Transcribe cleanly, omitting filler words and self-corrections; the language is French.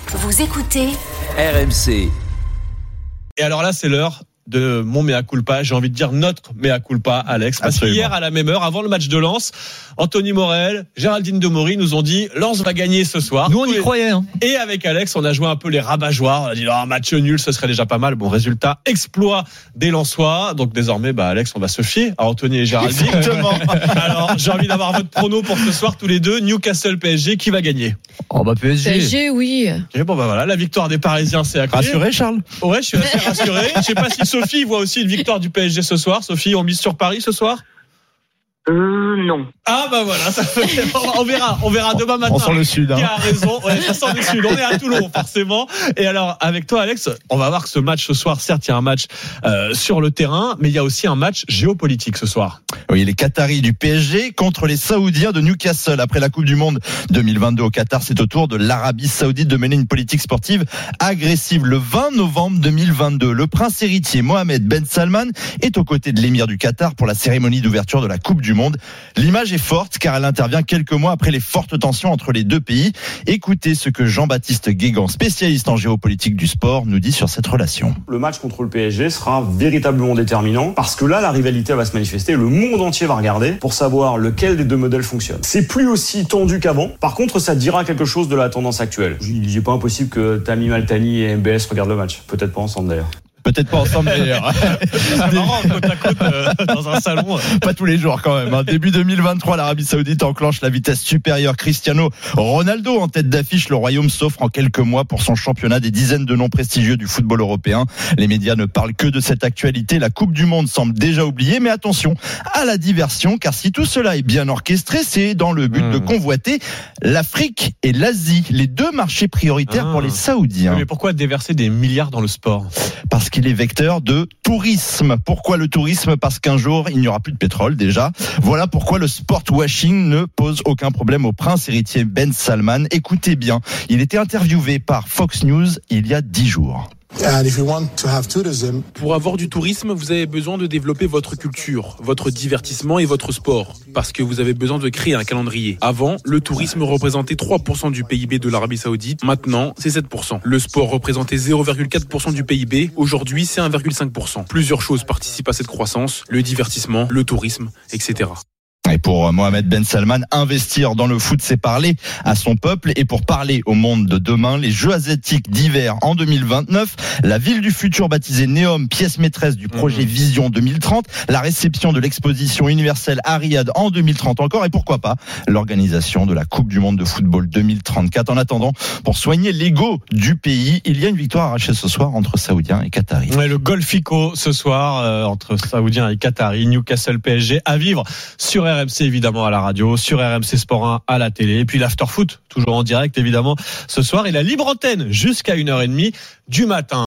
Vous écoutez RMC. Et alors là, c'est l'heure de mon mea culpa, j'ai envie de dire notre mea culpa, Alex, parce qu'hier à la même heure, avant le match de Lens, Anthony Morel, Géraldine Demory nous ont dit Lens va gagner ce soir. Nous on y croyait. Et avec Alex, on a joué un peu les rabat-joueurs, on a dit un match nul, ce serait déjà pas mal. Bon, résultat, exploit des Lensois. Donc désormais, Alex, on va se fier à Anthony et Géraldine. Exactement. Alors, j'ai envie d'avoir votre prono pour ce soir tous les deux. Newcastle PSG, qui va gagner? PSG, oui. Et bon, voilà, la victoire des Parisiens, c'est acquis. Rassuré, Charles? Ouais, je suis assez rassuré. Je sais pas si Sophie voit aussi une victoire du PSG ce soir. Sophie, on mise sur Paris ce soir? Non. Ah voilà, on verra demain matin. On sent le sud. Qui a raison? Ouais, ça sent le sud. On est à Toulon forcément. Et alors avec toi Alex, on va voir que ce match ce soir, certes il y a un match sur le terrain, mais il y a aussi un match géopolitique ce soir. Oui, les Qataris du PSG contre les Saoudiens de Newcastle. Après la Coupe du Monde 2022 au Qatar, c'est au tour de l'Arabie Saoudite de mener une politique sportive agressive. Le 20 novembre 2022, le prince héritier Mohammed Ben Salman est aux côtés de l'émir du Qatar pour la cérémonie d'ouverture de la Coupe du Monde. L'image est forte car elle intervient quelques mois après les fortes tensions entre les deux pays. Écoutez ce que Jean-Baptiste Guégan, spécialiste en géopolitique du sport, nous dit sur cette relation. Le match contre le PSG sera véritablement déterminant parce que là, la rivalité va se manifester. Le monde entier va regarder pour savoir lequel des deux modèles fonctionne. C'est plus aussi tendu qu'avant. Par contre, ça dira quelque chose de la tendance actuelle. Il n'est pas impossible que Tamim Al-Thani et MBS regardent le match. Peut-être pas ensemble d'ailleurs. Peut-être pas ensemble d'ailleurs. C'est marrant, côte à côte dans un salon. Pas tous les jours quand même. Début 2023, l'Arabie Saoudite enclenche la vitesse supérieure. Cristiano Ronaldo en tête d'affiche. Le Royaume s'offre en quelques mois pour son championnat des dizaines de noms prestigieux du football européen. Les médias ne parlent que de cette actualité. La Coupe du Monde semble déjà oubliée, mais attention à la diversion, car si tout cela est bien orchestré, c'est dans le but de convoiter l'Afrique et l'Asie, les deux marchés prioritaires pour les Saoudiens. Mais pourquoi déverser des milliards dans le sport? Parce qu'il est vecteur de tourisme. Pourquoi le tourisme? Parce qu'un jour, il n'y aura plus de pétrole déjà. Voilà pourquoi le sport washing ne pose aucun problème au prince héritier Ben Salman. Écoutez bien, il était interviewé par Fox News il y a 10 jours. Pour avoir du tourisme, vous avez besoin de développer votre culture, votre divertissement et votre sport, parce que vous avez besoin de créer un calendrier. Avant, le tourisme représentait 3% du PIB de l'Arabie Saoudite, maintenant c'est 7%. Le sport représentait 0,4% du PIB, aujourd'hui c'est 1,5%. Plusieurs choses participent à cette croissance, le divertissement, le tourisme, etc. Et pour Mohammed Ben Salman, investir dans le foot, c'est parler à son peuple. Et pour parler au monde de demain, les Jeux asiatiques d'hiver en 2029, la ville du futur baptisée Neom, pièce maîtresse du projet Vision 2030, la réception de l'exposition universelle à Riyad en 2030 encore, et pourquoi pas l'organisation de la Coupe du Monde de football 2034. En attendant, pour soigner l'ego du pays, il y a une victoire arrachée ce soir entre Saoudiens et Qataris. Ouais, le Golfico ce soir entre Saoudiens et Qataris, Newcastle PSG à vivre sur RMC évidemment à la radio, sur RMC Sport 1 à la télé, et puis l'after foot toujours en direct évidemment ce soir, et la libre antenne jusqu'à 1h30 du matin.